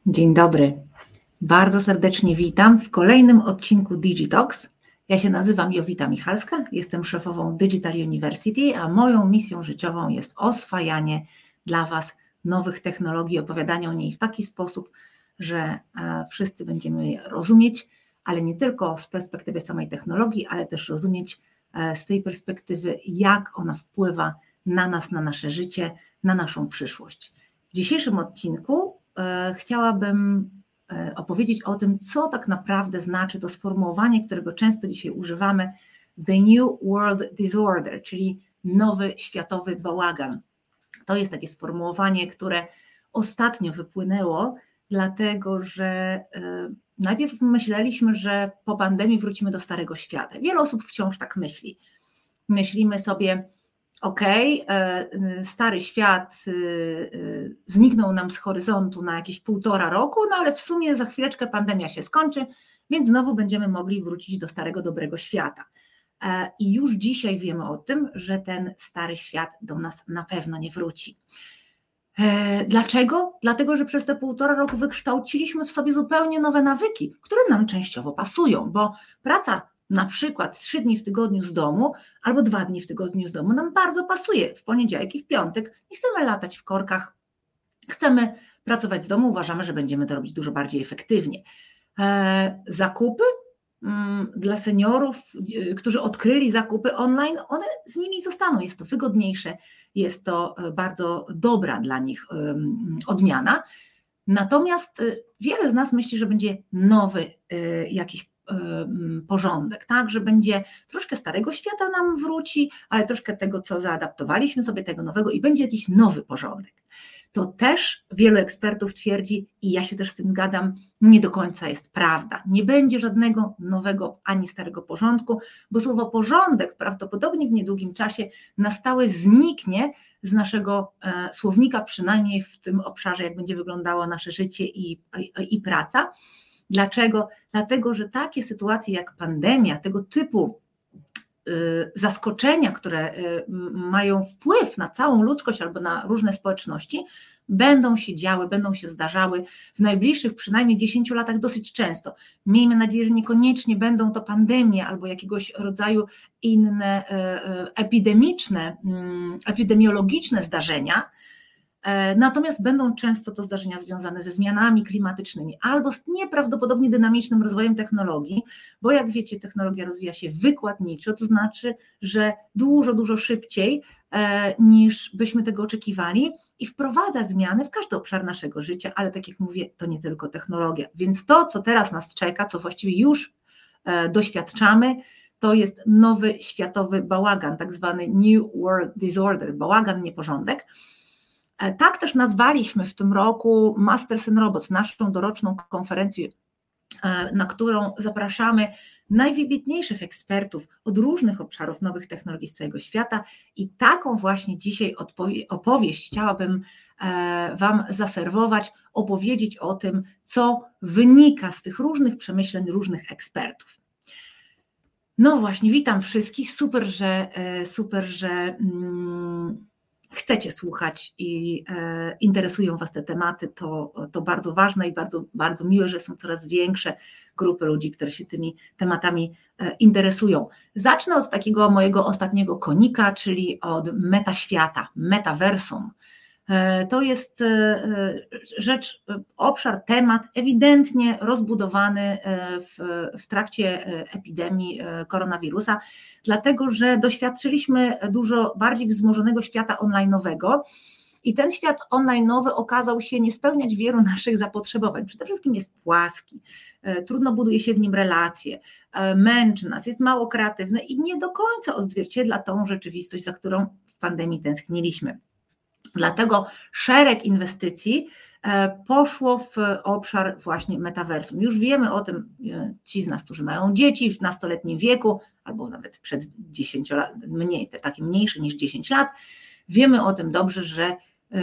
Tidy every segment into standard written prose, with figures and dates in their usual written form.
Dzień dobry. Bardzo serdecznie witam w kolejnym odcinku DigiTalks. Ja się nazywam Jowita Michalska, jestem szefową Digital University, a moją misją życiową jest oswajanie dla Was nowych technologii, opowiadanie o niej w taki sposób, że wszyscy będziemy je rozumieć, ale nie tylko z perspektywy samej technologii, ale też rozumieć z tej perspektywy, jak ona wpływa na nas, na nasze życie, na naszą przyszłość. W dzisiejszym odcinku chciałabym opowiedzieć o tym, co tak naprawdę znaczy to sformułowanie, którego często dzisiaj używamy, The New World Disorder, czyli nowy światowy bałagan. To jest takie sformułowanie, które ostatnio wypłynęło, dlatego że najpierw myśleliśmy, że po pandemii wrócimy do starego świata. Wiele osób wciąż tak myśli. Myślimy sobie, stary świat zniknął nam z horyzontu na jakieś 1,5 roku, no ale w sumie za chwileczkę pandemia się skończy, więc znowu będziemy mogli wrócić do starego, dobrego świata. I już dzisiaj wiemy o tym, że ten stary świat do nas na pewno nie wróci. Dlaczego? Dlatego, że przez te 1,5 roku wykształciliśmy w sobie zupełnie nowe nawyki, które nam częściowo pasują, bo praca na przykład 3 dni w tygodniu z domu albo 2 dni w tygodniu z domu nam bardzo pasuje w poniedziałek i w piątek. Nie chcemy latać w korkach, chcemy pracować z domu, uważamy, że będziemy to robić dużo bardziej efektywnie. Zakupy dla seniorów, którzy odkryli zakupy online, one z nimi zostaną. Jest to wygodniejsze, jest to bardzo dobra dla nich odmiana. Natomiast wiele z nas myśli, że będzie nowy jakiś porządek, tak, że będzie troszkę starego świata nam wróci, ale troszkę tego, co zaadaptowaliśmy sobie, tego nowego i będzie jakiś nowy porządek. To też wielu ekspertów twierdzi, i ja się też z tym zgadzam, nie do końca jest prawda. Nie będzie żadnego nowego ani starego porządku, bo słowo porządek prawdopodobnie w niedługim czasie na stałe zniknie z naszego słownika, przynajmniej w tym obszarze, jak będzie wyglądało nasze życie i praca. Dlaczego? Dlatego, że takie sytuacje jak pandemia, tego typu zaskoczenia, które mają wpływ na całą ludzkość albo na różne społeczności, będą się działy, będą się zdarzały w najbliższych przynajmniej 10 latach dosyć często. Miejmy nadzieję, że niekoniecznie będą to pandemie albo jakiegoś rodzaju inne epidemiologiczne zdarzenia, natomiast będą często to zdarzenia związane ze zmianami klimatycznymi albo z nieprawdopodobnie dynamicznym rozwojem technologii, bo jak wiecie, technologia rozwija się wykładniczo, to znaczy, że dużo szybciej niż byśmy tego oczekiwali i wprowadza zmiany w każdy obszar naszego życia, ale tak jak mówię, to nie tylko technologia. Więc to, co teraz nas czeka, co właściwie już doświadczamy, to jest nowy światowy bałagan, tak zwany New World Disorder, bałagan, nieporządek. Tak też nazwaliśmy w tym roku Masters and Robots, naszą doroczną konferencję, na którą zapraszamy najwybitniejszych ekspertów od różnych obszarów nowych technologii z całego świata i taką właśnie dzisiaj opowieść chciałabym Wam zaserwować, opowiedzieć o tym, co wynika z tych różnych przemyśleń różnych ekspertów. No właśnie, witam wszystkich, super, że chcecie słuchać i interesują Was te tematy, to bardzo ważne i bardzo miłe, że są coraz większe grupy ludzi, które się tymi tematami interesują. Zacznę od takiego mojego ostatniego konika, czyli od metaświata, metaversum. To jest rzecz, obszar, temat ewidentnie rozbudowany w trakcie epidemii koronawirusa, dlatego że doświadczyliśmy dużo bardziej wzmożonego świata online'owego i ten świat online'owy okazał się nie spełniać wielu naszych zapotrzebowań. Przede wszystkim jest płaski, trudno buduje się w nim relacje, męczy nas, jest mało kreatywny i nie do końca odzwierciedla tą rzeczywistość, za którą w pandemii tęskniliśmy. Dlatego szereg inwestycji poszło w obszar właśnie metaversum. Już wiemy o tym, ci z nas, którzy mają dzieci w nastoletnim wieku, albo nawet przed 10 lat, takie mniejsze niż 10 lat, wiemy o tym dobrze, że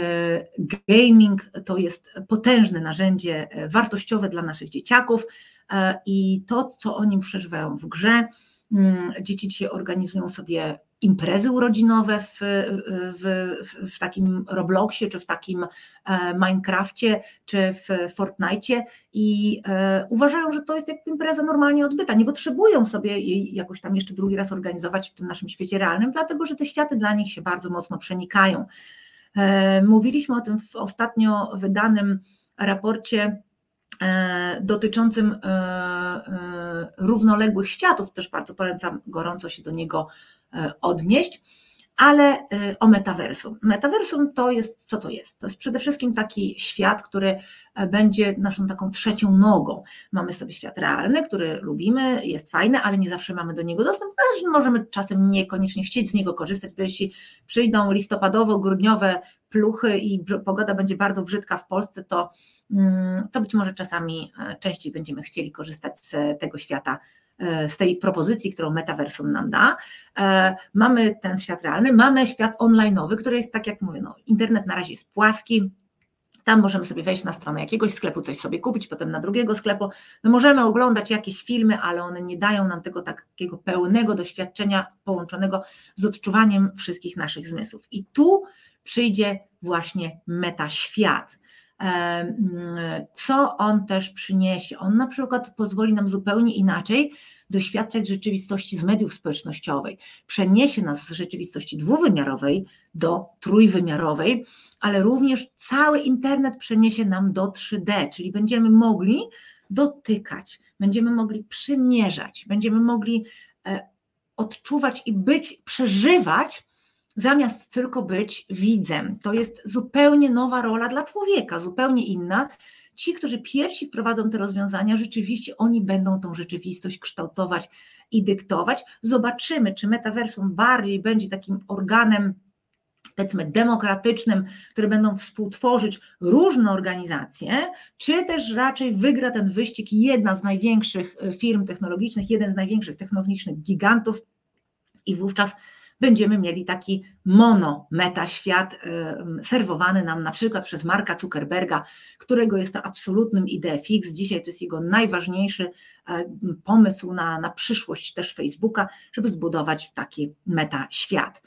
gaming to jest potężne narzędzie wartościowe dla naszych dzieciaków i to, co oni przeżywają w grze, dzieci dzisiaj organizują sobie imprezy urodzinowe w takim Robloxie, czy w takim Minecrafcie, czy w Fortnite i uważają, że to jest jak impreza normalnie odbyta. Nie potrzebują sobie jej jakoś tam jeszcze drugi raz organizować w tym naszym świecie realnym, dlatego że te światy dla nich się bardzo mocno przenikają. Mówiliśmy o tym w ostatnio wydanym raporcie dotyczącym równoległych światów, też bardzo polecam gorąco się do niego odnieść, ale o metaversum. Metaversum to jest, co to jest? To jest przede wszystkim taki świat, który będzie naszą taką trzecią nogą. Mamy sobie świat realny, który lubimy, jest fajny, ale nie zawsze mamy do niego dostęp, też możemy czasem niekoniecznie chcieć z niego korzystać, bo jeśli przyjdą listopadowo-grudniowe pluchy i pogoda będzie bardzo brzydka w Polsce, to być może czasami częściej będziemy chcieli korzystać z tego świata, z tej propozycji, którą metaversum nam da. Mamy ten świat realny, mamy świat online'owy, który jest, tak jak mówię, internet na razie jest płaski, tam możemy sobie wejść na stronę jakiegoś sklepu, coś sobie kupić, potem na drugiego sklepu, możemy oglądać jakieś filmy, ale one nie dają nam tego takiego pełnego doświadczenia połączonego z odczuwaniem wszystkich naszych zmysłów. I tu przyjdzie właśnie metaświat. Co on też przyniesie? On na przykład pozwoli nam zupełnie inaczej doświadczać rzeczywistości z mediów społecznościowych, przeniesie nas z rzeczywistości dwuwymiarowej do trójwymiarowej, ale również cały internet przeniesie nam do 3D, czyli będziemy mogli dotykać, będziemy mogli przymierzać, będziemy mogli odczuwać i przeżywać, zamiast tylko być widzem. To jest zupełnie nowa rola dla człowieka, zupełnie inna. Ci, którzy pierwsi wprowadzą te rozwiązania, rzeczywiście oni będą tą rzeczywistość kształtować i dyktować. Zobaczymy, czy metaversum bardziej będzie takim organem, powiedzmy, demokratycznym, które będą współtworzyć różne organizacje, czy też raczej wygra ten wyścig jedna z największych firm technologicznych, jeden z największych technologicznych gigantów i wówczas będziemy mieli taki metaświat serwowany nam na przykład przez Marka Zuckerberga, którego jest to absolutnym idea fix. Dzisiaj to jest jego najważniejszy pomysł na przyszłość też Facebooka, żeby zbudować taki metaświat.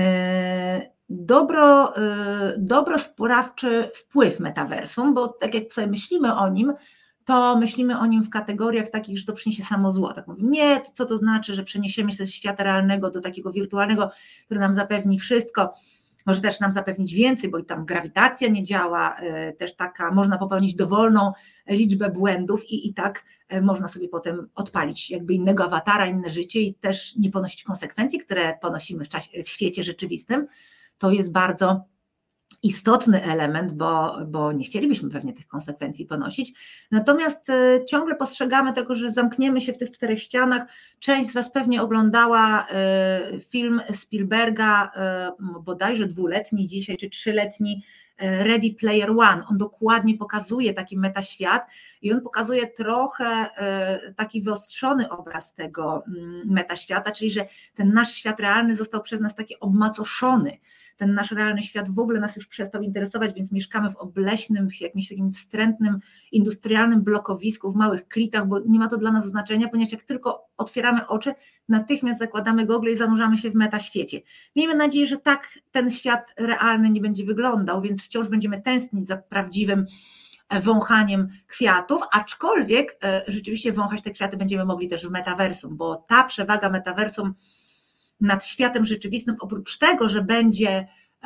Dobrosprawczy wpływ metaversum, bo tak jak sobie myślimy o nim, to myślimy o nim w kategoriach takich, że to przyniesie samo zło. Tak mówię, nie, to co to znaczy, że przeniesiemy się ze świata realnego do takiego wirtualnego, który nam zapewni wszystko, może też nam zapewnić więcej, bo i tam grawitacja nie działa, też taka, można popełnić dowolną liczbę błędów i tak można sobie potem odpalić jakby innego awatara, inne życie i też nie ponosić konsekwencji, które ponosimy w świecie rzeczywistym. To jest bardzo istotny element, bo nie chcielibyśmy pewnie tych konsekwencji ponosić. Natomiast ciągle postrzegamy tego, że zamkniemy się w tych 4 ścianach. Część z Was pewnie oglądała film Spielberga, bodajże 2-letni dzisiaj, czy 3-letni, Ready Player One. On dokładnie pokazuje taki metaświat i on pokazuje trochę taki wyostrzony obraz tego metaświata, czyli że ten nasz świat realny został przez nas taki obmacoszony. Ten nasz realny świat w ogóle nas już przestał interesować, więc mieszkamy w obleśnym, w jakimś takim wstrętnym, industrialnym blokowisku, w małych klitach, bo nie ma to dla nas znaczenia, ponieważ jak tylko otwieramy oczy, natychmiast zakładamy gogle i zanurzamy się w metaświecie. Miejmy nadzieję, że tak ten świat realny nie będzie wyglądał, więc wciąż będziemy tęsknić za prawdziwym wąchaniem kwiatów, aczkolwiek rzeczywiście wąchać te kwiaty będziemy mogli też w metaversum, bo ta przewaga metaversum nad światem rzeczywistym, oprócz tego, że będzie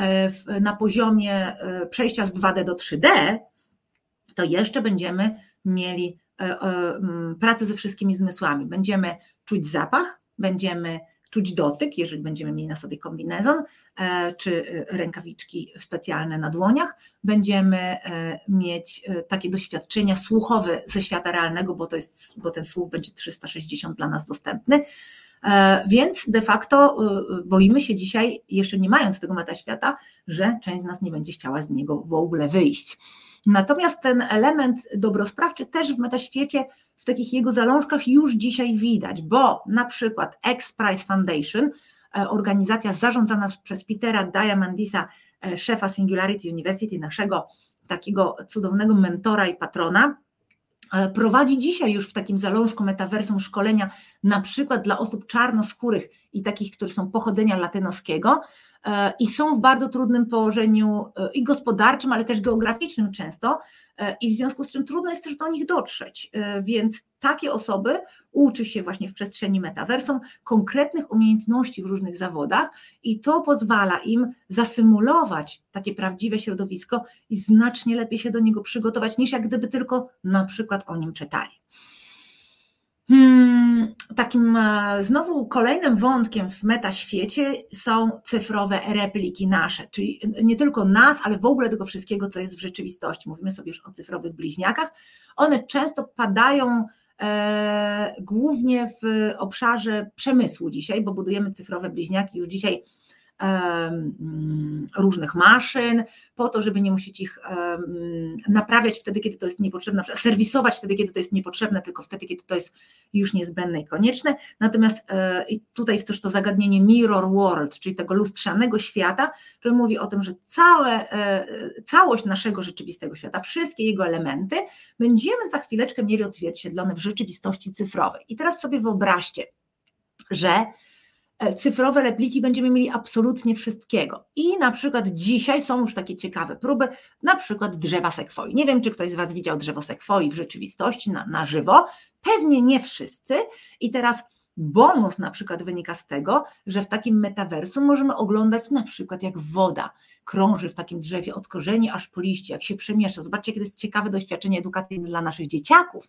na poziomie przejścia z 2D do 3D, to jeszcze będziemy mieli pracę ze wszystkimi zmysłami. Będziemy czuć zapach, będziemy czuć dotyk, jeżeli będziemy mieli na sobie kombinezon, czy rękawiczki specjalne na dłoniach, będziemy mieć takie doświadczenia słuchowe ze świata realnego, bo ten słuch będzie 360 dla nas dostępny. Więc de facto boimy się dzisiaj, jeszcze nie mając tego metaświata, że część z nas nie będzie chciała z niego w ogóle wyjść. Natomiast ten element dobrosprawczy też w metaświecie, w takich jego zalążkach już dzisiaj widać, bo na przykład X-Prize Foundation, organizacja zarządzana przez Petera Diamandisa, szefa Singularity University, naszego takiego cudownego mentora i patrona, prowadzi dzisiaj już w takim zalążku metaversum szkolenia, na przykład dla osób czarnoskórych i takich, którzy są pochodzenia latynoskiego i są w bardzo trudnym położeniu i gospodarczym, ale też geograficznym często i w związku z czym trudno jest też do nich dotrzeć, więc takie osoby uczy się właśnie w przestrzeni metaversum konkretnych umiejętności w różnych zawodach i to pozwala im zasymulować takie prawdziwe środowisko i znacznie lepiej się do niego przygotować, niż jak gdyby tylko na przykład o nim czytali. Takim znowu kolejnym wątkiem w metaświecie są cyfrowe repliki nasze, czyli nie tylko nas, ale w ogóle tego wszystkiego, co jest w rzeczywistości. Mówimy sobie już o cyfrowych bliźniakach. One często padają głównie w obszarze przemysłu dzisiaj, bo budujemy cyfrowe bliźniaki już dzisiaj różnych maszyn, po to, żeby nie musieć ich naprawiać wtedy, kiedy to jest niepotrzebne, serwisować wtedy, kiedy to jest niepotrzebne, tylko wtedy, kiedy to jest już niezbędne i konieczne. Natomiast tutaj jest też to zagadnienie mirror world, czyli tego lustrzanego świata, który mówi o tym, że całość naszego rzeczywistego świata, wszystkie jego elementy będziemy za chwileczkę mieli odzwierciedlone w rzeczywistości cyfrowej. I teraz sobie wyobraźcie, że cyfrowe repliki będziemy mieli absolutnie wszystkiego. I na przykład dzisiaj są już takie ciekawe próby, na przykład drzewa sekwoi. Nie wiem, czy ktoś z Was widział drzewo sekwoi w rzeczywistości, na żywo. Pewnie nie wszyscy. I teraz bonus na przykład wynika z tego, że w takim metaversum możemy oglądać na przykład jak woda krąży w takim drzewie od korzeni aż po liście, jak się przemiesza. Zobaczcie, jakie to jest ciekawe doświadczenie edukacyjne dla naszych dzieciaków.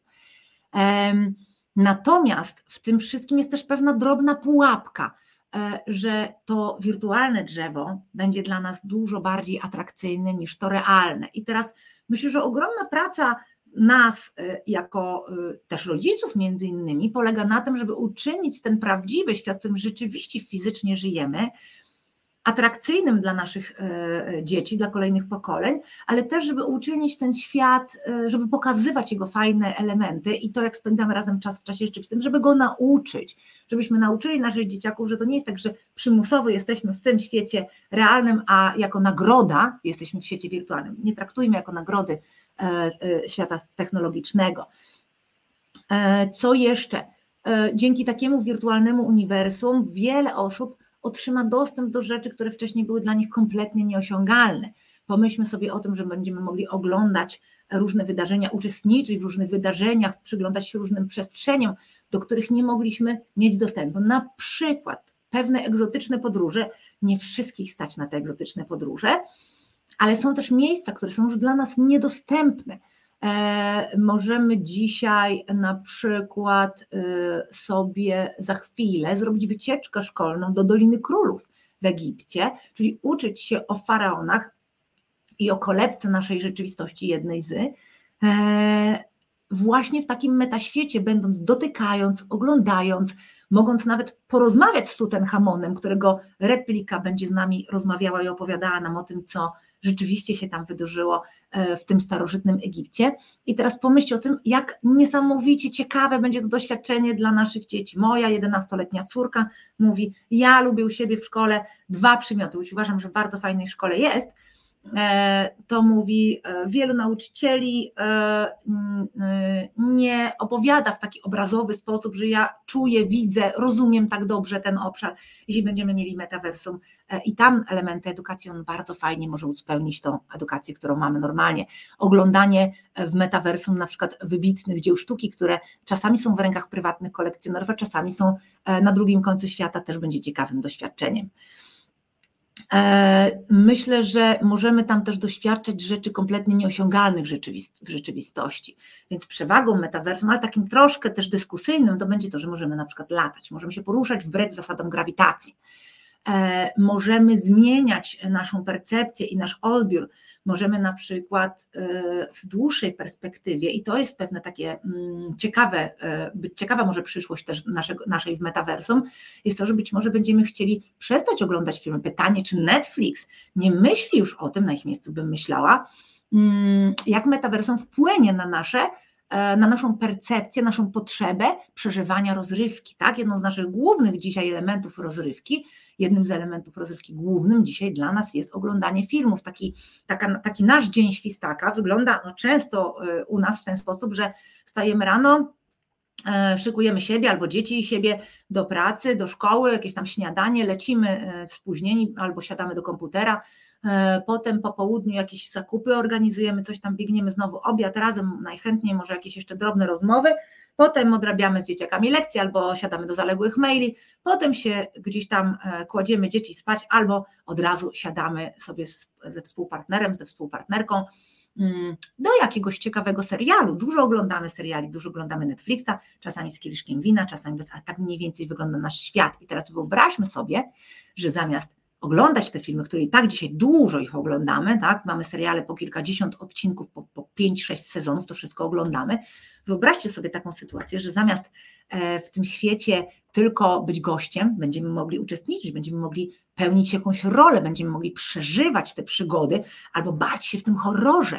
Natomiast w tym wszystkim jest też pewna drobna pułapka, że to wirtualne drzewo będzie dla nas dużo bardziej atrakcyjne niż to realne. I teraz myślę, że ogromna praca nas jako też rodziców między innymi polega na tym, żeby uczynić ten prawdziwy świat, w którym rzeczywiście fizycznie żyjemy, atrakcyjnym dla naszych dzieci, dla kolejnych pokoleń, ale też, żeby uczynić ten świat, żeby pokazywać jego fajne elementy i to, jak spędzamy razem czas w czasie rzeczywistym, żeby go nauczyć, żebyśmy nauczyli naszych dzieciaków, że to nie jest tak, że przymusowo jesteśmy w tym świecie realnym, a jako nagroda jesteśmy w świecie wirtualnym. Nie traktujmy jako nagrody świata technologicznego. Co jeszcze? Dzięki takiemu wirtualnemu uniwersum wiele osób otrzyma dostęp do rzeczy, które wcześniej były dla nich kompletnie nieosiągalne. Pomyślmy sobie o tym, że będziemy mogli oglądać różne wydarzenia, uczestniczyć w różnych wydarzeniach, przyglądać się różnym przestrzeniom, do których nie mogliśmy mieć dostępu. Na przykład pewne egzotyczne podróże, nie wszystkich stać na te egzotyczne podróże, ale są też miejsca, które są już dla nas niedostępne. Możemy dzisiaj na przykład sobie za chwilę zrobić wycieczkę szkolną do Doliny Królów w Egipcie, czyli uczyć się o faraonach i o kolebce naszej rzeczywistości, jednej z, właśnie w takim metaświecie, będąc, dotykając, oglądając, mogąc nawet porozmawiać z Tutenchamonem, którego replika będzie z nami rozmawiała i opowiadała nam o tym, co rzeczywiście się tam wydarzyło w tym starożytnym Egipcie. I teraz pomyślcie o tym, jak niesamowicie ciekawe będzie to doświadczenie dla naszych dzieci. Moja 11-letnia córka mówi, ja lubię u siebie w szkole 2 przymioty, uważam, że w bardzo fajnej szkole jest, to mówi, wielu nauczycieli nie opowiada w taki obrazowy sposób, że ja czuję, widzę, rozumiem tak dobrze ten obszar. Jeśli będziemy mieli metaversum i tam elementy edukacji, on bardzo fajnie może uzupełnić tą edukację, którą mamy normalnie. Oglądanie w metaversum na przykład wybitnych dzieł sztuki, które czasami są w rękach prywatnych kolekcjonerów, a czasami są na drugim końcu świata, też będzie ciekawym doświadczeniem. Myślę, że możemy tam też doświadczać rzeczy kompletnie nieosiągalnych w rzeczywistości, więc przewagą metaversum, ale takim troszkę też dyskusyjnym, to będzie to, że możemy na przykład latać, możemy się poruszać wbrew zasadom grawitacji, możemy zmieniać naszą percepcję i nasz odbiór, możemy na przykład w dłuższej perspektywie, i to jest pewne takie ciekawe, być ciekawa może przyszłość też naszej w metaversum, jest to, że być może będziemy chcieli przestać oglądać filmy. Pytanie, czy Netflix nie myśli już o tym, na ich miejscu bym myślała, jak metaversum wpłynie na nasze na naszą percepcję, naszą potrzebę przeżywania rozrywki. Tak? Jedną z naszych głównych dzisiaj elementów rozrywki, jednym z elementów rozrywki głównym dzisiaj dla nas jest oglądanie filmów. Taki nasz dzień świstaka wygląda często u nas w ten sposób, że wstajemy rano, szykujemy siebie albo dzieci siebie do pracy, do szkoły, jakieś tam śniadanie, lecimy spóźnieni albo siadamy do komputera, potem po południu jakieś zakupy organizujemy, coś tam biegniemy, znowu obiad razem, najchętniej może jakieś jeszcze drobne rozmowy, potem odrabiamy z dzieciakami lekcje albo siadamy do zaległych maili, potem się gdzieś tam kładziemy dzieci spać albo od razu siadamy sobie ze współpartnerem, ze współpartnerką do jakiegoś ciekawego serialu. Dużo oglądamy seriali, dużo oglądamy Netflixa, czasami z kieliszkiem wina, czasami bez, ale tak mniej więcej wygląda nasz świat. I teraz wyobraźmy sobie, że zamiast oglądać te filmy, które i tak dzisiaj dużo ich oglądamy, tak? Mamy seriale po kilkadziesiąt odcinków, po 5-6 sezonów, to wszystko oglądamy. Wyobraźcie sobie taką sytuację, że zamiast w tym świecie tylko być gościem, będziemy mogli uczestniczyć, będziemy mogli pełnić jakąś rolę, będziemy mogli przeżywać te przygody albo bać się w tym horrorze.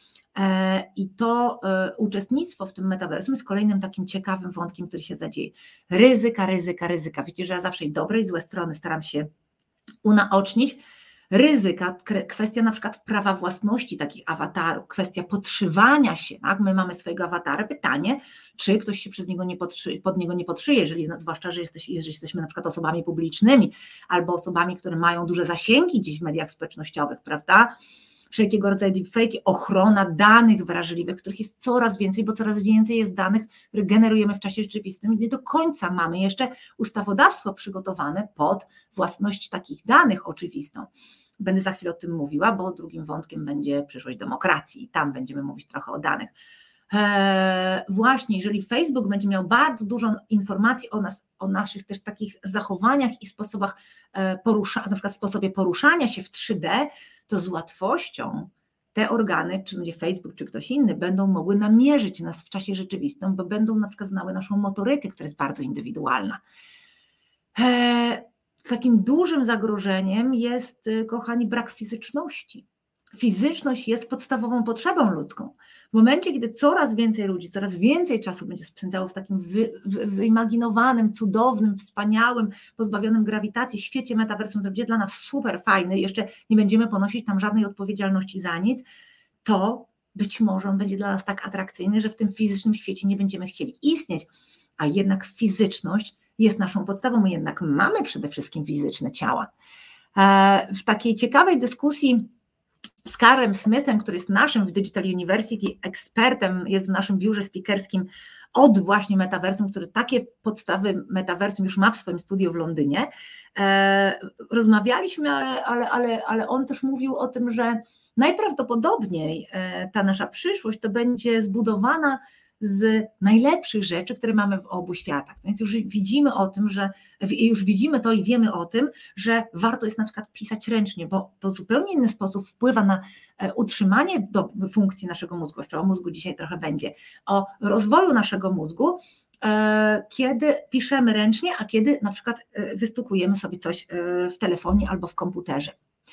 I to uczestnictwo w tym metaversum jest kolejnym takim ciekawym wątkiem, który się zadzieje. Ryzyka. Wiecie, że ja zawsze i dobre i złe strony staram się unaocznić. Ryzyka, kwestia na przykład prawa własności takich awatarów, kwestia podszywania się, tak? My mamy swojego awatara, pytanie, czy ktoś się pod niego nie podszyje, zwłaszcza, że jeżeli jesteśmy na przykład osobami publicznymi albo osobami, które mają duże zasięgi gdzieś w mediach społecznościowych, prawda? Wszelkiego rodzaju deepfake'i, ochrona danych wrażliwych, których jest coraz więcej, bo coraz więcej jest danych, które generujemy w czasie rzeczywistym i nie do końca mamy jeszcze ustawodawstwo przygotowane pod własność takich danych oczywistą. Będę za chwilę o tym mówiła, bo drugim wątkiem będzie przyszłość demokracji i tam będziemy mówić trochę o danych. Właśnie, jeżeli Facebook będzie miał bardzo dużo informacji o nas, o naszych też takich zachowaniach i sposobach na przykład sposobie poruszania się w 3D, to z łatwością te organy, czy będzie Facebook, czy ktoś inny, będą mogły namierzyć nas w czasie rzeczywistym, bo będą na przykład znały naszą motorykę, która jest bardzo indywidualna. Takim dużym zagrożeniem jest, kochani, brak fizyczności. Fizyczność jest podstawową potrzebą ludzką. W momencie, kiedy coraz więcej ludzi, coraz więcej czasu będzie spędzało w takim wyimaginowanym, cudownym, wspaniałym, pozbawionym grawitacji świecie metaversum, to będzie dla nas super fajny, jeszcze nie będziemy ponosić tam żadnej odpowiedzialności za nic, to być może on będzie dla nas tak atrakcyjny, że w tym fizycznym świecie nie będziemy chcieli istnieć, a jednak fizyczność jest naszą podstawą, my jednak mamy przede wszystkim fizyczne ciała. W takiej ciekawej dyskusji z Karlem Smithem, który jest naszym w Digital University ekspertem, jest w naszym biurze speakerskim od właśnie metaversum, który takie podstawy metaversum już ma w swoim studiu w Londynie. Rozmawialiśmy, ale on też mówił o tym, że najprawdopodobniej ta nasza przyszłość to będzie zbudowana z najlepszych rzeczy, które mamy w obu światach. Więc już widzimy o tym, już widzimy to i wiemy o tym, że warto jest na przykład pisać ręcznie, bo to w zupełnie inny sposób wpływa na utrzymanie funkcji naszego mózgu, jeszcze o mózgu dzisiaj trochę będzie, o rozwoju naszego mózgu, kiedy piszemy ręcznie, a kiedy na przykład wystukujemy sobie coś w telefonie albo w komputerze.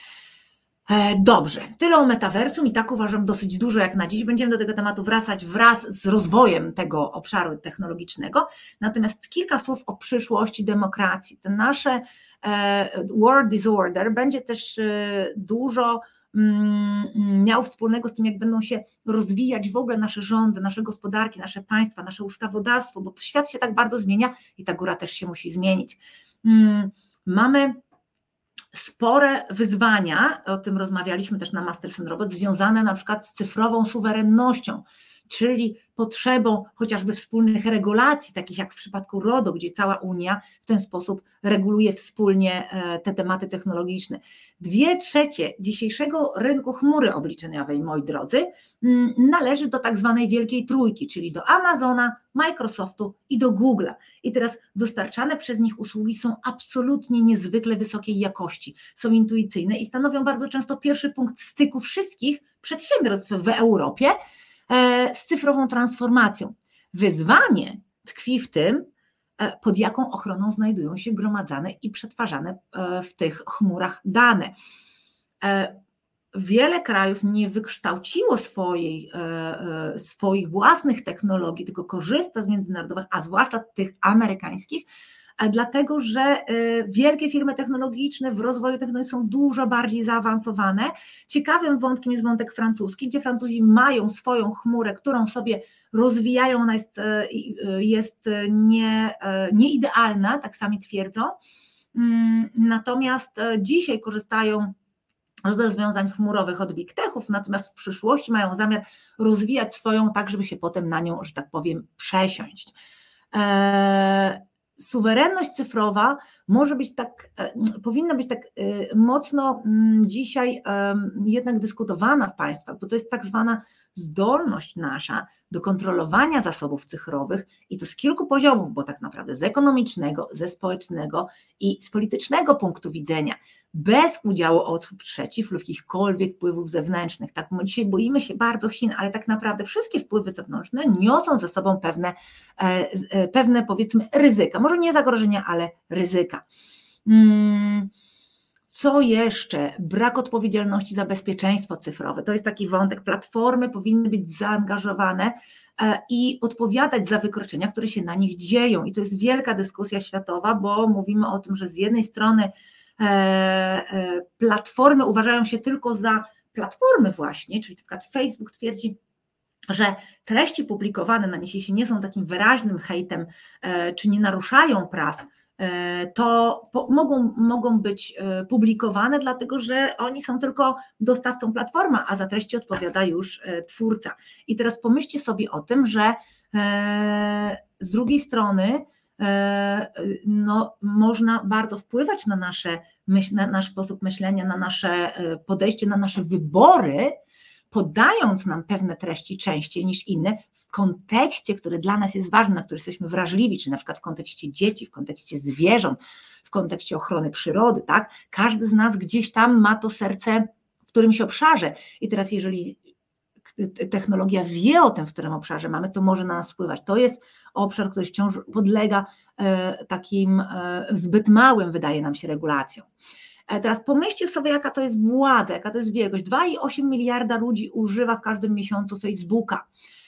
Dobrze, tyle o metaversum i tak uważam dosyć dużo jak na dziś. Będziemy do tego tematu wracać wraz z rozwojem tego obszaru technologicznego. Natomiast kilka słów o przyszłości demokracji. Ten nasze World Disorder będzie też dużo miał wspólnego z tym, jak będą się rozwijać w ogóle nasze rządy, nasze gospodarki, nasze państwa, nasze ustawodawstwo, bo świat się tak bardzo zmienia i ta góra też się musi zmienić. Mamy spore wyzwania, o tym rozmawialiśmy też na Masters and Robots, związane na przykład z cyfrową suwerennością, czyli potrzebą chociażby wspólnych regulacji, takich jak w przypadku RODO, gdzie cała Unia w ten sposób reguluje wspólnie te tematy technologiczne. 2/3 dzisiejszego rynku chmury obliczeniowej, moi drodzy, należy do tak zwanej Wielkiej Trójki, czyli do Amazona, Microsoftu i do Google'a. I teraz dostarczane przez nich usługi są absolutnie niezwykle wysokiej jakości, są intuicyjne i stanowią bardzo często pierwszy punkt styku wszystkich przedsiębiorstw w Europie z cyfrową transformacją. Wyzwanie tkwi w tym, pod jaką ochroną znajdują się gromadzane i przetwarzane w tych chmurach dane. wiele krajów nie wykształciło swoich własnych technologii, tylko korzysta z międzynarodowych, a zwłaszcza tych amerykańskich, dlatego że wielkie firmy technologiczne w rozwoju technologii są dużo bardziej zaawansowane. Ciekawym wątkiem jest wątek francuski, gdzie Francuzi mają swoją chmurę, którą sobie rozwijają, ona jest nieidealna, tak sami twierdzą, natomiast dzisiaj korzystają z rozwiązań chmurowych od big techów, natomiast w przyszłości mają zamiar rozwijać swoją tak, żeby się potem na nią, że tak powiem, przesiąść. Suwerenność cyfrowa powinna być tak mocno dzisiaj jednak dyskutowana w państwach, bo to jest tak zwana zdolność nasza do kontrolowania zasobów cyfrowych i to z kilku poziomów, bo tak naprawdę z ekonomicznego, ze społecznego i z politycznego punktu widzenia, bez udziału osób trzecich lub jakichkolwiek wpływów zewnętrznych. Tak, my dzisiaj boimy się bardzo Chin, ale tak naprawdę wszystkie wpływy zewnętrzne niosą ze sobą pewne powiedzmy ryzyka, może nie zagrożenia, ale ryzyka. Co jeszcze? Brak odpowiedzialności za bezpieczeństwo cyfrowe. To jest taki wątek. Platformy powinny być zaangażowane i odpowiadać za wykroczenia, które się na nich dzieją. I to jest wielka dyskusja światowa, bo mówimy o tym, że z jednej strony platformy uważają się tylko za platformy właśnie, czyli na przykład Facebook twierdzi, że treści publikowane na nich, jeśli nie są takim wyraźnym hejtem, czy nie naruszają praw, to mogą być publikowane, dlatego że oni są tylko dostawcą platformy, a za treści odpowiada już twórca. I teraz pomyślcie sobie o tym, że z drugiej strony można bardzo wpływać na nasz sposób myślenia, na nasze podejście, na nasze wybory, podając nam pewne treści częściej niż inne w kontekście, który dla nas jest ważny, na który jesteśmy wrażliwi, czy na przykład w kontekście dzieci, w kontekście zwierząt, w kontekście ochrony przyrody, tak? Każdy z nas gdzieś tam ma to serce w którymś obszarze i teraz jeżeli technologia wie o tym, w którym obszarze mamy, to może na nas wpływać. To jest obszar, który wciąż podlega takim zbyt małym, wydaje nam się, regulacjom. Teraz pomyślcie sobie, jaka to jest władza, jaka to jest wielkość. 2,8 miliarda ludzi używa w każdym miesiącu Facebooka.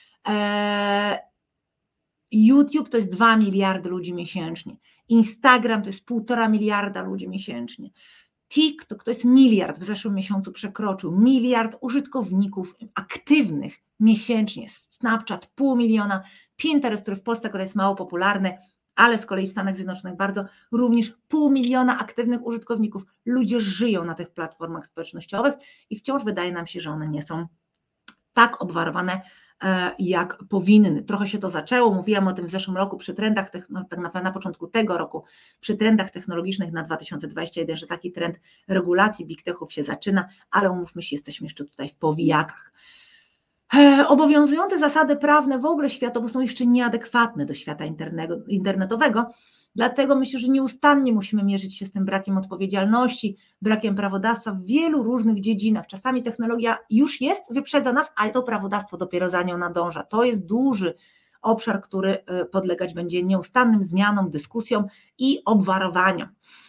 YouTube to jest 2 miliardy ludzi miesięcznie. Instagram to jest 1,5 miliarda ludzi miesięcznie. TikTok to jest miliard, w zeszłym miesiącu przekroczył miliard użytkowników aktywnych miesięcznie. Snapchat 0,5 miliona, Pinterest, który w Polsce akurat jest mało popularny, ale z kolei w Stanach Zjednoczonych bardzo, również 0,5 miliona aktywnych użytkowników. Ludzie żyją na tych platformach społecznościowych i wciąż wydaje nam się, że one nie są tak obwarowane, jak powinny. Trochę się to zaczęło, mówiłam o tym w zeszłym roku przy trendach, tak na początku tego roku, przy trendach technologicznych na 2021, że taki trend regulacji big techów się zaczyna, ale umówmy się, jesteśmy jeszcze tutaj w powijakach. Obowiązujące zasady prawne w ogóle światowo są jeszcze nieadekwatne do świata internetowego, dlatego myślę, że nieustannie musimy mierzyć się z tym brakiem odpowiedzialności, brakiem prawodawstwa w wielu różnych dziedzinach. Czasami technologia już jest, wyprzedza nas, ale to prawodawstwo dopiero za nią nadąża. To jest duży obszar, który podlegać będzie nieustannym zmianom, dyskusjom i obwarowaniom.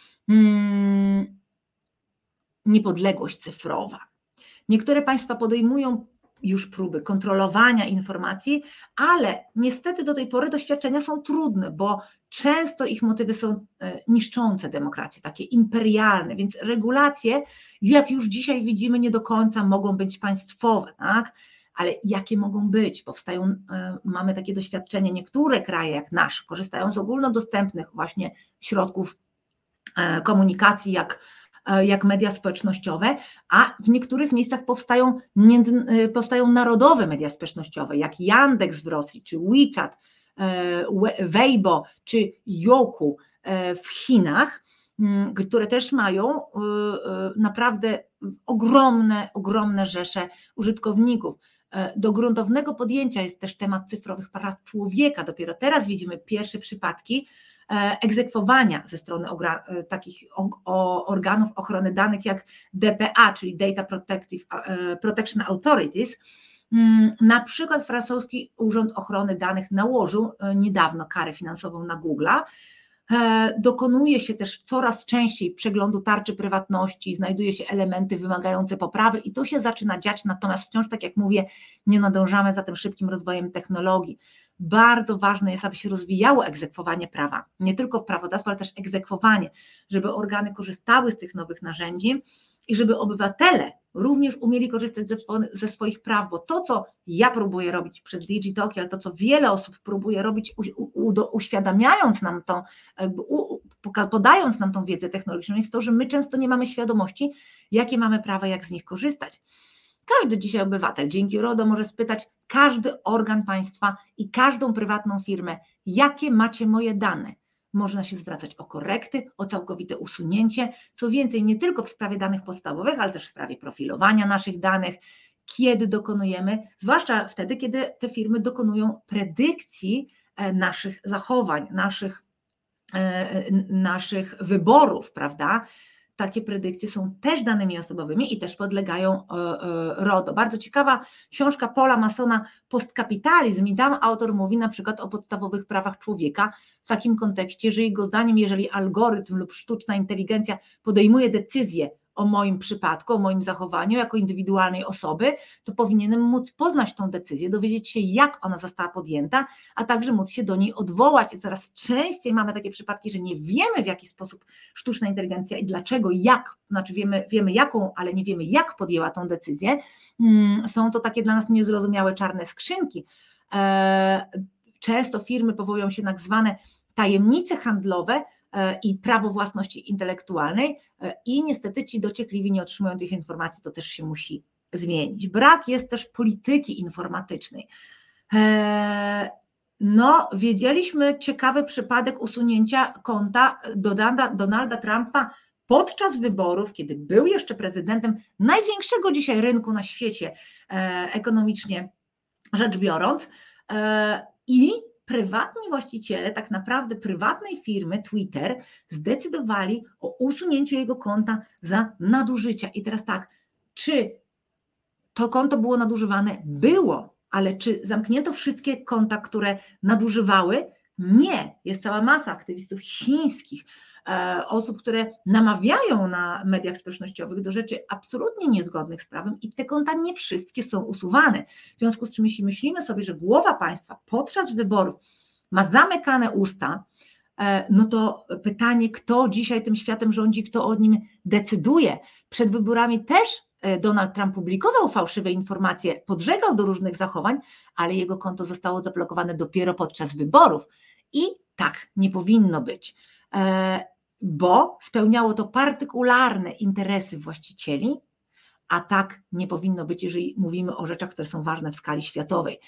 Niepodległość cyfrowa. Niektóre państwa podejmują już próby kontrolowania informacji, ale niestety do tej pory doświadczenia są trudne, bo często ich motywy są niszczące demokrację, takie imperialne, więc regulacje, jak już dzisiaj widzimy, nie do końca mogą być państwowe, tak? Ale jakie mogą być? Mamy takie doświadczenie, niektóre kraje jak nasz korzystają z ogólnodostępnych właśnie środków komunikacji, jak media społecznościowe, a w niektórych miejscach powstają narodowe media społecznościowe, jak Yandex w Rosji, czy WeChat, Weibo, czy Youku w Chinach, które też mają naprawdę ogromne rzesze użytkowników. Do gruntownego podjęcia jest też temat cyfrowych praw człowieka. Dopiero teraz widzimy pierwsze przypadki egzekwowania ze strony takich organów ochrony danych jak DPA, czyli Data Protection Authorities. Na przykład francuski Urząd Ochrony Danych nałożył niedawno karę finansową na Google'a Dokonuje się też coraz częściej przeglądu tarczy prywatności, znajduje się elementy wymagające poprawy i to się zaczyna dziać, natomiast wciąż, tak jak mówię, nie nadążamy za tym szybkim rozwojem technologii. Bardzo ważne jest, aby się rozwijało egzekwowanie prawa, nie tylko prawodawstwo, ale też egzekwowanie, żeby organy korzystały z tych nowych narzędzi i żeby obywatele również umieli korzystać ze swoich praw, bo to, co ja próbuję robić przez DigiTalki, ale to, co wiele osób próbuje robić, uświadamiając nam to, podając nam tą wiedzę technologiczną, jest to, że my często nie mamy świadomości, jakie mamy prawa, jak z nich korzystać. Każdy dzisiaj obywatel dzięki RODO może spytać każdy organ państwa i każdą prywatną firmę, jakie macie moje dane. Można się zwracać o korekty, o całkowite usunięcie, co więcej, nie tylko w sprawie danych podstawowych, ale też w sprawie profilowania naszych danych, kiedy dokonujemy, zwłaszcza wtedy, kiedy te firmy dokonują predykcji naszych zachowań, naszych wyborów, prawda? Takie predykcje są też danymi osobowymi i też podlegają RODO. Bardzo ciekawa książka Paula Masona Postkapitalizm i tam autor mówi na przykład o podstawowych prawach człowieka w takim kontekście, że jego zdaniem, jeżeli algorytm lub sztuczna inteligencja podejmuje decyzję o moim przypadku, o moim zachowaniu jako indywidualnej osoby, to powinienem móc poznać tą decyzję, dowiedzieć się, jak ona została podjęta, a także móc się do niej odwołać. I coraz częściej mamy takie przypadki, że nie wiemy, w jaki sposób sztuczna inteligencja i dlaczego, jak, znaczy wiemy jaką, ale nie wiemy, jak podjęła tą decyzję. Są to takie dla nas niezrozumiałe czarne skrzynki. Często firmy powołują się na tak zwane tajemnice handlowe i prawo własności intelektualnej i niestety ci dociekliwi nie otrzymują tych informacji, to też się musi zmienić. Brak jest też polityki informatycznej. No, wiedzieliśmy ciekawy przypadek usunięcia konta Donalda Trumpa podczas wyborów, kiedy był jeszcze prezydentem największego dzisiaj rynku na świecie, ekonomicznie rzecz biorąc, i prywatni właściciele, tak naprawdę prywatnej firmy Twitter zdecydowali o usunięciu jego konta za nadużycia. I teraz tak, czy to konto było nadużywane? Było, ale czy zamknięto wszystkie konta, które nadużywały? Nie. Jest cała masa aktywistów chińskich, osób, które namawiają na mediach społecznościowych do rzeczy absolutnie niezgodnych z prawem i te konta nie wszystkie są usuwane. W związku z czym, jeśli myślimy sobie, że głowa państwa podczas wyborów ma zamykane usta, no to pytanie, kto dzisiaj tym światem rządzi, kto o nim decyduje. Przed wyborami też Donald Trump publikował fałszywe informacje, podżegał do różnych zachowań, ale jego konto zostało zablokowane dopiero podczas wyborów i tak nie powinno być, bo spełniało to partykularne interesy właścicieli, a tak nie powinno być, jeżeli mówimy o rzeczach, które są ważne w skali światowej,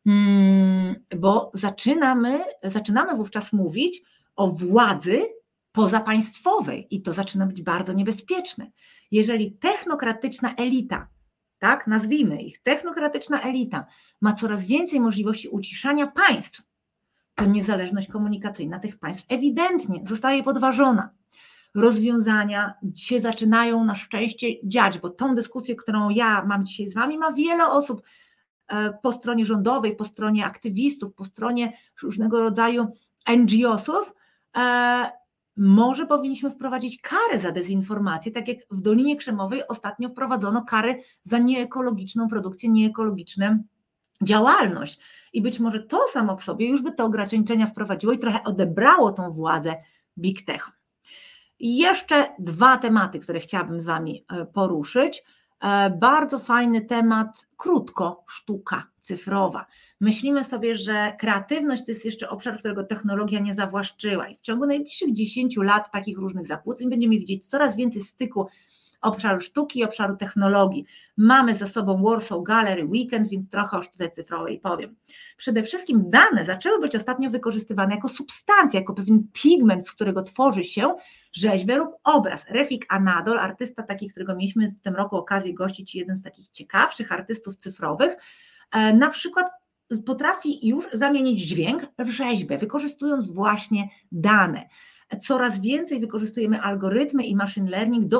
bo zaczynamy wówczas mówić o władzy pozapaństwowej i to zaczyna być bardzo niebezpieczne. Jeżeli technokratyczna elita, tak nazwijmy ich, technokratyczna elita ma coraz więcej możliwości uciszania państw, to niezależność komunikacyjna tych państw ewidentnie zostaje podważona. Rozwiązania się zaczynają na szczęście dziać, bo tą dyskusję, którą ja mam dzisiaj z wami, ma wiele osób po stronie rządowej, po stronie aktywistów, po stronie różnego rodzaju NGO-sów. Może powinniśmy wprowadzić karę za dezinformację, tak jak w Dolinie Krzemowej ostatnio wprowadzono kary za nieekologiczną produkcję, nieekologiczną działalność. I być może to samo w sobie już by te ograniczenia wprowadziło i trochę odebrało tą władzę Big Tech. I jeszcze dwa tematy, które chciałabym z wami poruszyć. Bardzo fajny temat, krótko, sztuka cyfrowa. Myślimy sobie, że kreatywność to jest jeszcze obszar, którego technologia nie zawłaszczyła i w ciągu najbliższych 10 lat takich różnych zakłóceń będziemy widzieć coraz więcej styku obszaru sztuki i obszaru technologii. Mamy za sobą Warsaw Gallery Weekend, więc trochę o sztuce cyfrowej powiem. Przede wszystkim dane zaczęły być ostatnio wykorzystywane jako substancja, jako pewien pigment, z którego tworzy się rzeźbę lub obraz. Refik Anadol, artysta taki, którego mieliśmy w tym roku okazję gościć, jeden z takich ciekawszych artystów cyfrowych, na przykład potrafi już zamienić dźwięk w rzeźbę, wykorzystując właśnie dane. Coraz więcej wykorzystujemy algorytmy i machine learning do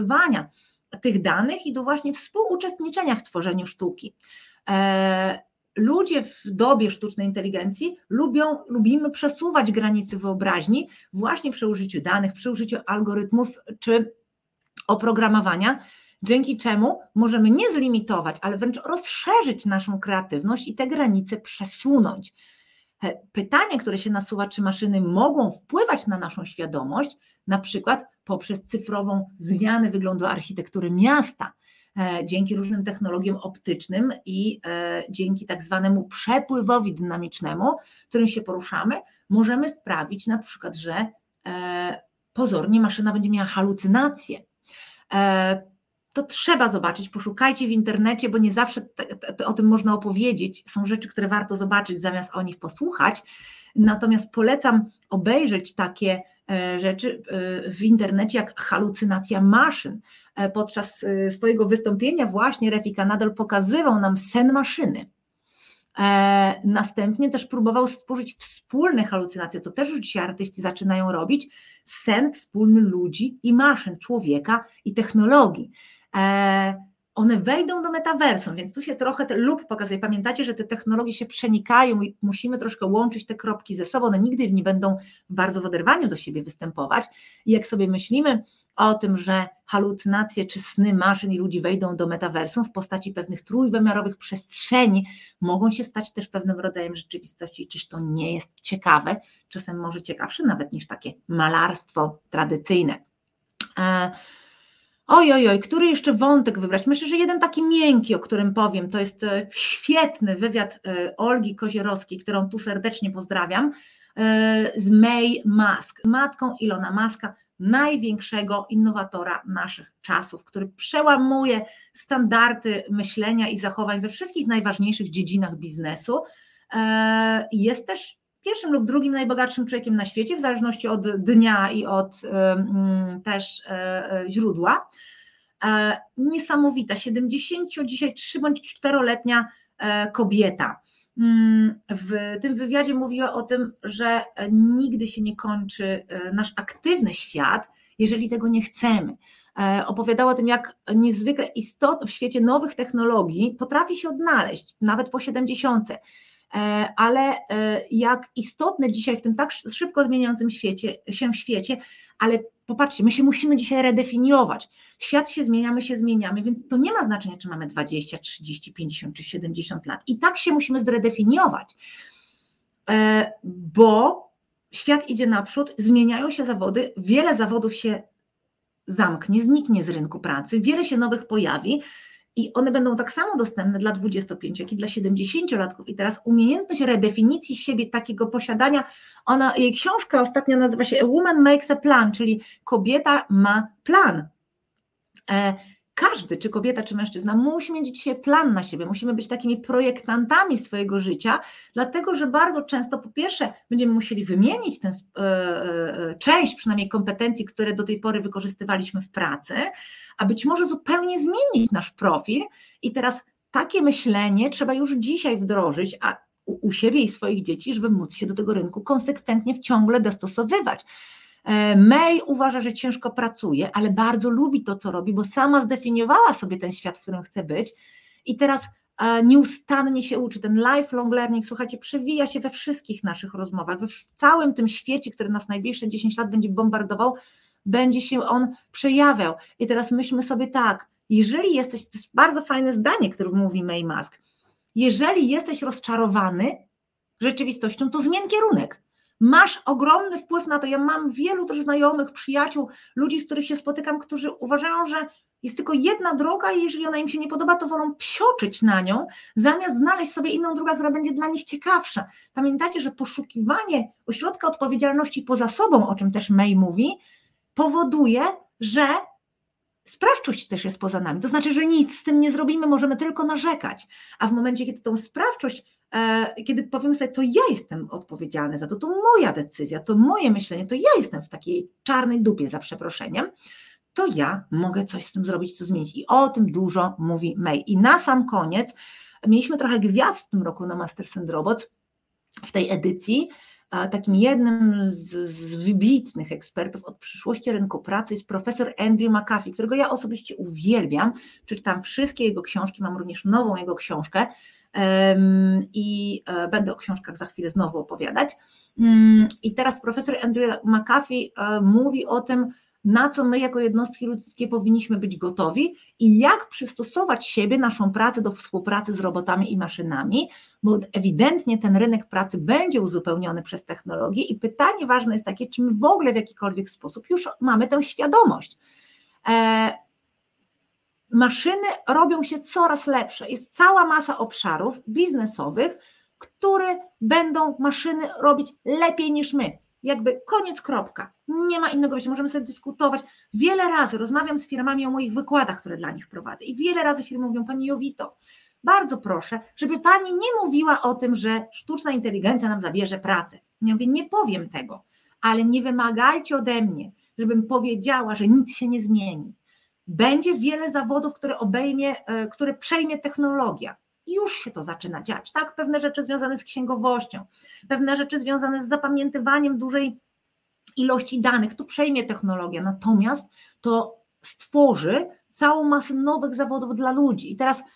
opracowywania tych danych i do właśnie współuczestniczenia w tworzeniu sztuki. ludzie w dobie sztucznej inteligencji lubimy przesuwać granice wyobraźni właśnie przy użyciu danych, przy użyciu algorytmów czy oprogramowania, dzięki czemu możemy nie zlimitować, ale wręcz rozszerzyć naszą kreatywność i te granice przesunąć. Pytanie, które się nasuwa, czy maszyny mogą wpływać na naszą świadomość, na przykład poprzez cyfrową zmianę wyglądu architektury miasta, dzięki różnym technologiom optycznym i dzięki tak zwanemu przepływowi dynamicznemu, którym się poruszamy, możemy sprawić na przykład, że pozornie maszyna będzie miała halucynacje. To trzeba zobaczyć, poszukajcie w internecie, bo nie zawsze o tym można opowiedzieć. Są rzeczy, które warto zobaczyć, zamiast o nich posłuchać. Natomiast polecam obejrzeć takie rzeczy w internecie jak halucynacja maszyn. Podczas swojego wystąpienia właśnie Refik Anadol pokazywał nam sen maszyny. Następnie też próbował stworzyć wspólne halucynacje, to też już dzisiaj artyści zaczynają robić, sen wspólny ludzi i maszyn, człowieka i technologii. One wejdą do metaversum, więc tu się trochę lub pokazuje. Pamiętacie, że te technologie się przenikają i musimy troszkę łączyć te kropki ze sobą, one nigdy nie będą bardzo w oderwaniu do siebie występować. I jak sobie myślimy o tym, że halucynacje czy sny maszyn i ludzi wejdą do metaversum w postaci pewnych trójwymiarowych przestrzeni, mogą się stać też pewnym rodzajem rzeczywistości. Czyż to nie jest ciekawe? Czasem może ciekawsze nawet niż takie malarstwo tradycyjne. Oj, który jeszcze wątek wybrać? Myślę, że jeden taki miękki, o którym powiem, to jest świetny wywiad Olgi Kozierowskiej, którą tu serdecznie pozdrawiam, z May Musk, matką Ilona Muska, największego innowatora naszych czasów, który przełamuje standardy myślenia i zachowań we wszystkich najważniejszych dziedzinach biznesu. Jest też pierwszym lub drugim najbogatszym człowiekiem na świecie, w zależności od dnia i od też źródła. Niesamowita, 70 dzisiaj 3 bądź 4-letnia kobieta. W tym wywiadzie mówiła o tym, że nigdy się nie kończy nasz aktywny świat, jeżeli tego nie chcemy. Opowiadała o tym, jak niezwykle istotne w świecie nowych technologii potrafi się odnaleźć, nawet po 70. Ale jak istotne dzisiaj w tym tak szybko zmieniającym świecie, ale popatrzcie, my się musimy dzisiaj redefiniować. Świat się zmienia, my się zmieniamy, więc to nie ma znaczenia, czy mamy 20, 30, 50 czy 70 lat. I tak się musimy zredefiniować, bo świat idzie naprzód, zmieniają się zawody, wiele zawodów się zamknie, zniknie z rynku pracy, wiele się nowych pojawi, i one będą tak samo dostępne dla 25, jak i dla 70-latków. I teraz umiejętność redefinicji siebie, takiego posiadania, jej książka ostatnia nazywa się A Woman Makes a Plan, czyli kobieta ma plan. Każdy, czy kobieta, czy mężczyzna, musi mieć dzisiaj plan na siebie, musimy być takimi projektantami swojego życia, dlatego że bardzo często, po pierwsze, będziemy musieli wymienić tę część przynajmniej kompetencji, które do tej pory wykorzystywaliśmy w pracy, a być może zupełnie zmienić nasz profil i teraz takie myślenie trzeba już dzisiaj wdrożyć u siebie i swoich dzieci, żeby móc się do tego rynku konsekwentnie ciągle dostosowywać. May uważa, że ciężko pracuje, ale bardzo lubi to, co robi, bo sama zdefiniowała sobie ten świat, w którym chce być i teraz nieustannie się uczy. Ten lifelong learning, słuchajcie, przewija się we wszystkich naszych rozmowach, w całym tym świecie, który nas najbliższe 10 lat będzie bombardował, będzie się on przejawiał. I teraz myślmy sobie tak, jeżeli jesteś, to jest bardzo fajne zdanie, które mówi May Musk, jeżeli jesteś rozczarowany rzeczywistością, to zmień kierunek. Masz ogromny wpływ na to. Ja mam wielu też znajomych, przyjaciół, ludzi, z których się spotykam, którzy uważają, że jest tylko jedna droga i jeżeli ona im się nie podoba, to wolą psioczyć na nią, zamiast znaleźć sobie inną drogę, która będzie dla nich ciekawsza. Pamiętajcie, że poszukiwanie ośrodka odpowiedzialności poza sobą, o czym też May mówi, powoduje, że sprawczość też jest poza nami. To znaczy, że nic z tym nie zrobimy, możemy tylko narzekać. A w momencie, kiedy tą sprawczość, kiedy powiemy sobie, to ja jestem odpowiedzialny za to, to moja decyzja, to moje myślenie, to ja jestem w takiej czarnej dupie, za przeproszeniem, to ja mogę coś z tym zrobić, co zmienić. I o tym dużo mówi May. I na sam koniec, mieliśmy trochę gwiazd w tym roku na Masters and Robots, w tej edycji, takim jednym z wybitnych ekspertów od przyszłości rynku pracy jest profesor Andrew McAfee, którego ja osobiście uwielbiam. Przeczytałam wszystkie jego książki, mam również nową jego książkę i będę o książkach za chwilę znowu opowiadać. I teraz profesor Andrew McAfee mówi o tym, na co my jako jednostki ludzkie powinniśmy być gotowi i jak przystosować siebie, naszą pracę do współpracy z robotami i maszynami, bo ewidentnie ten rynek pracy będzie uzupełniony przez technologię i pytanie ważne jest takie, czy my w ogóle w jakikolwiek sposób już mamy tę świadomość. Maszyny robią się coraz lepsze, jest cała masa obszarów biznesowych, które będą maszyny robić lepiej niż my. Jakby koniec, kropka. Nie ma innego wyjścia, możemy sobie dyskutować. Wiele razy rozmawiam z firmami o moich wykładach, które dla nich prowadzę i wiele razy firmy mówią, pani Jowito, bardzo proszę, żeby pani nie mówiła o tym, że sztuczna inteligencja nam zabierze pracę. Ja mówię, nie powiem tego, ale nie wymagajcie ode mnie, żebym powiedziała, że nic się nie zmieni. Będzie wiele zawodów, które przejmie technologia. Już się to zaczyna dziać, tak? Pewne rzeczy związane z księgowością, pewne rzeczy związane z zapamiętywaniem dużej ilości danych, to przejmie technologia, natomiast to stworzy całą masę nowych zawodów dla ludzi. I teraz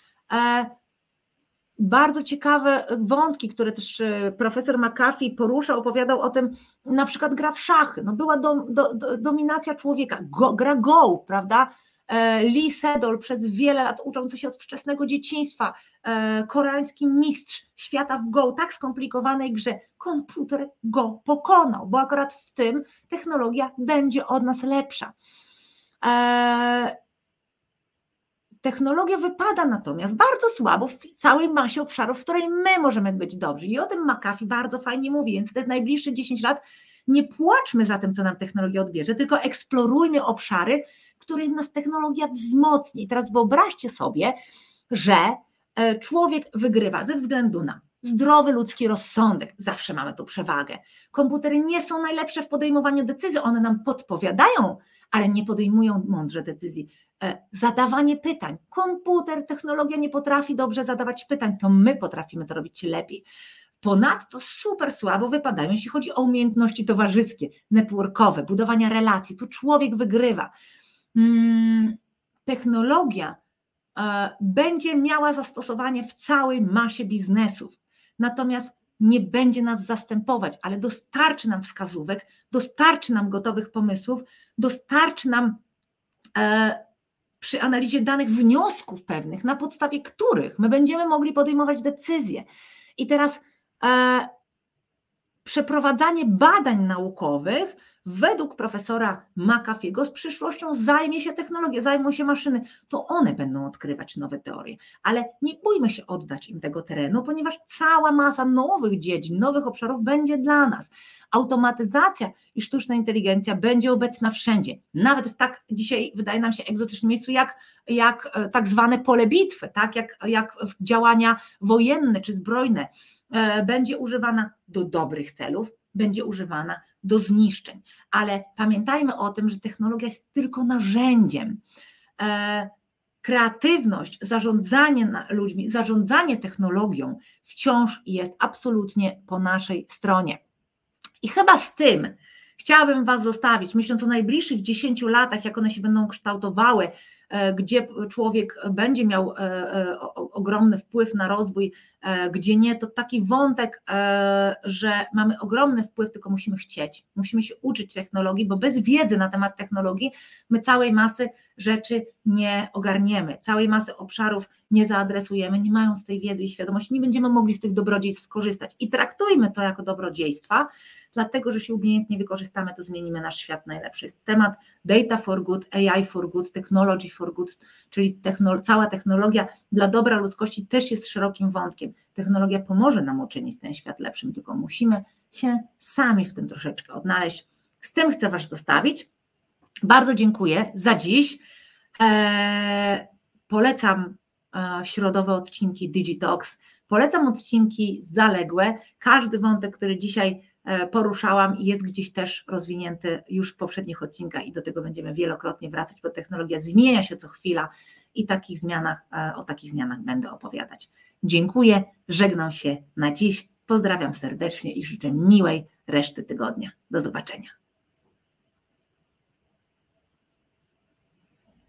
bardzo ciekawe wątki, które też profesor McAfee poruszał, opowiadał o tym, na przykład gra w szachy, no była dominacja człowieka, gra Go, prawda? Lee Sedol przez wiele lat uczący się od wczesnego dzieciństwa, koreański mistrz świata w Go, tak skomplikowanej grze, komputer go pokonał, bo akurat w tym technologia będzie od nas lepsza. Technologia wypada natomiast bardzo słabo w całej masie obszarów, w której my możemy być dobrzy i o tym McAfee bardzo fajnie mówi, więc te najbliższe 10 lat nie płaczmy za tym, co nam technologia odbierze, tylko eksplorujmy obszary, których nas technologia wzmocni. Teraz wyobraźcie sobie, że człowiek wygrywa ze względu na zdrowy ludzki rozsądek, zawsze mamy tu przewagę. Komputery nie są najlepsze w podejmowaniu decyzji, one nam podpowiadają, ale nie podejmują mądrze decyzji. Zadawanie pytań. Komputer, technologia nie potrafi dobrze zadawać pytań, to my potrafimy to robić lepiej. Ponadto super słabo wypadają, jeśli chodzi o umiejętności towarzyskie, networkowe, budowania relacji. Tu człowiek wygrywa. Technologia będzie miała zastosowanie w całej masie biznesów, natomiast nie będzie nas zastępować, ale dostarczy nam wskazówek, dostarczy nam gotowych pomysłów, dostarczy nam przy analizie danych wniosków pewnych, na podstawie których my będziemy mogli podejmować decyzje. I teraz przeprowadzanie badań naukowych według profesora McAfee'ego z przyszłością zajmie się technologia, zajmą się maszyny, to one będą odkrywać nowe teorie, ale nie bójmy się oddać im tego terenu, ponieważ cała masa nowych dziedzin, nowych obszarów będzie dla nas. Automatyzacja i sztuczna inteligencja będzie obecna wszędzie, nawet w tak dzisiaj wydaje nam się egzotycznym miejscu jak tak zwane pole bitwy, tak? jak działania wojenne czy zbrojne, będzie używana do dobrych celów, będzie używana do zniszczeń, ale pamiętajmy o tym, że technologia jest tylko narzędziem. Kreatywność, zarządzanie ludźmi, zarządzanie technologią wciąż jest absolutnie po naszej stronie. I chyba z tym chciałabym Was zostawić, myśląc o najbliższych 10 latach, jak one się będą kształtowały, gdzie człowiek będzie miał ogromny wpływ na rozwój, gdzie nie, to taki wątek, że mamy ogromny wpływ, tylko musimy chcieć, musimy się uczyć technologii, bo bez wiedzy na temat technologii my całej masy rzeczy nie ogarniemy, całej masy obszarów nie zaadresujemy, nie mając tej wiedzy i świadomości, nie będziemy mogli z tych dobrodziejstw skorzystać i traktujmy to jako dobrodziejstwa, dlatego, że się umiejętnie wykorzystamy, to zmienimy nasz świat najlepszy. Jest temat data for good, AI for good, technology for good, czyli cała technologia dla dobra ludzkości też jest szerokim wątkiem. Technologia pomoże nam uczynić ten świat lepszym, tylko musimy się sami w tym troszeczkę odnaleźć. Z tym chcę Was zostawić. Bardzo dziękuję za dziś. Polecam środowe odcinki Digitalks, polecam odcinki zaległe. Każdy wątek, który dzisiaj poruszałam, jest gdzieś też rozwinięty już w poprzednich odcinkach i do tego będziemy wielokrotnie wracać, bo technologia zmienia się co chwila i o takich zmianach będę opowiadać. Dziękuję, żegnam się na dziś, pozdrawiam serdecznie i życzę miłej reszty tygodnia. Do zobaczenia.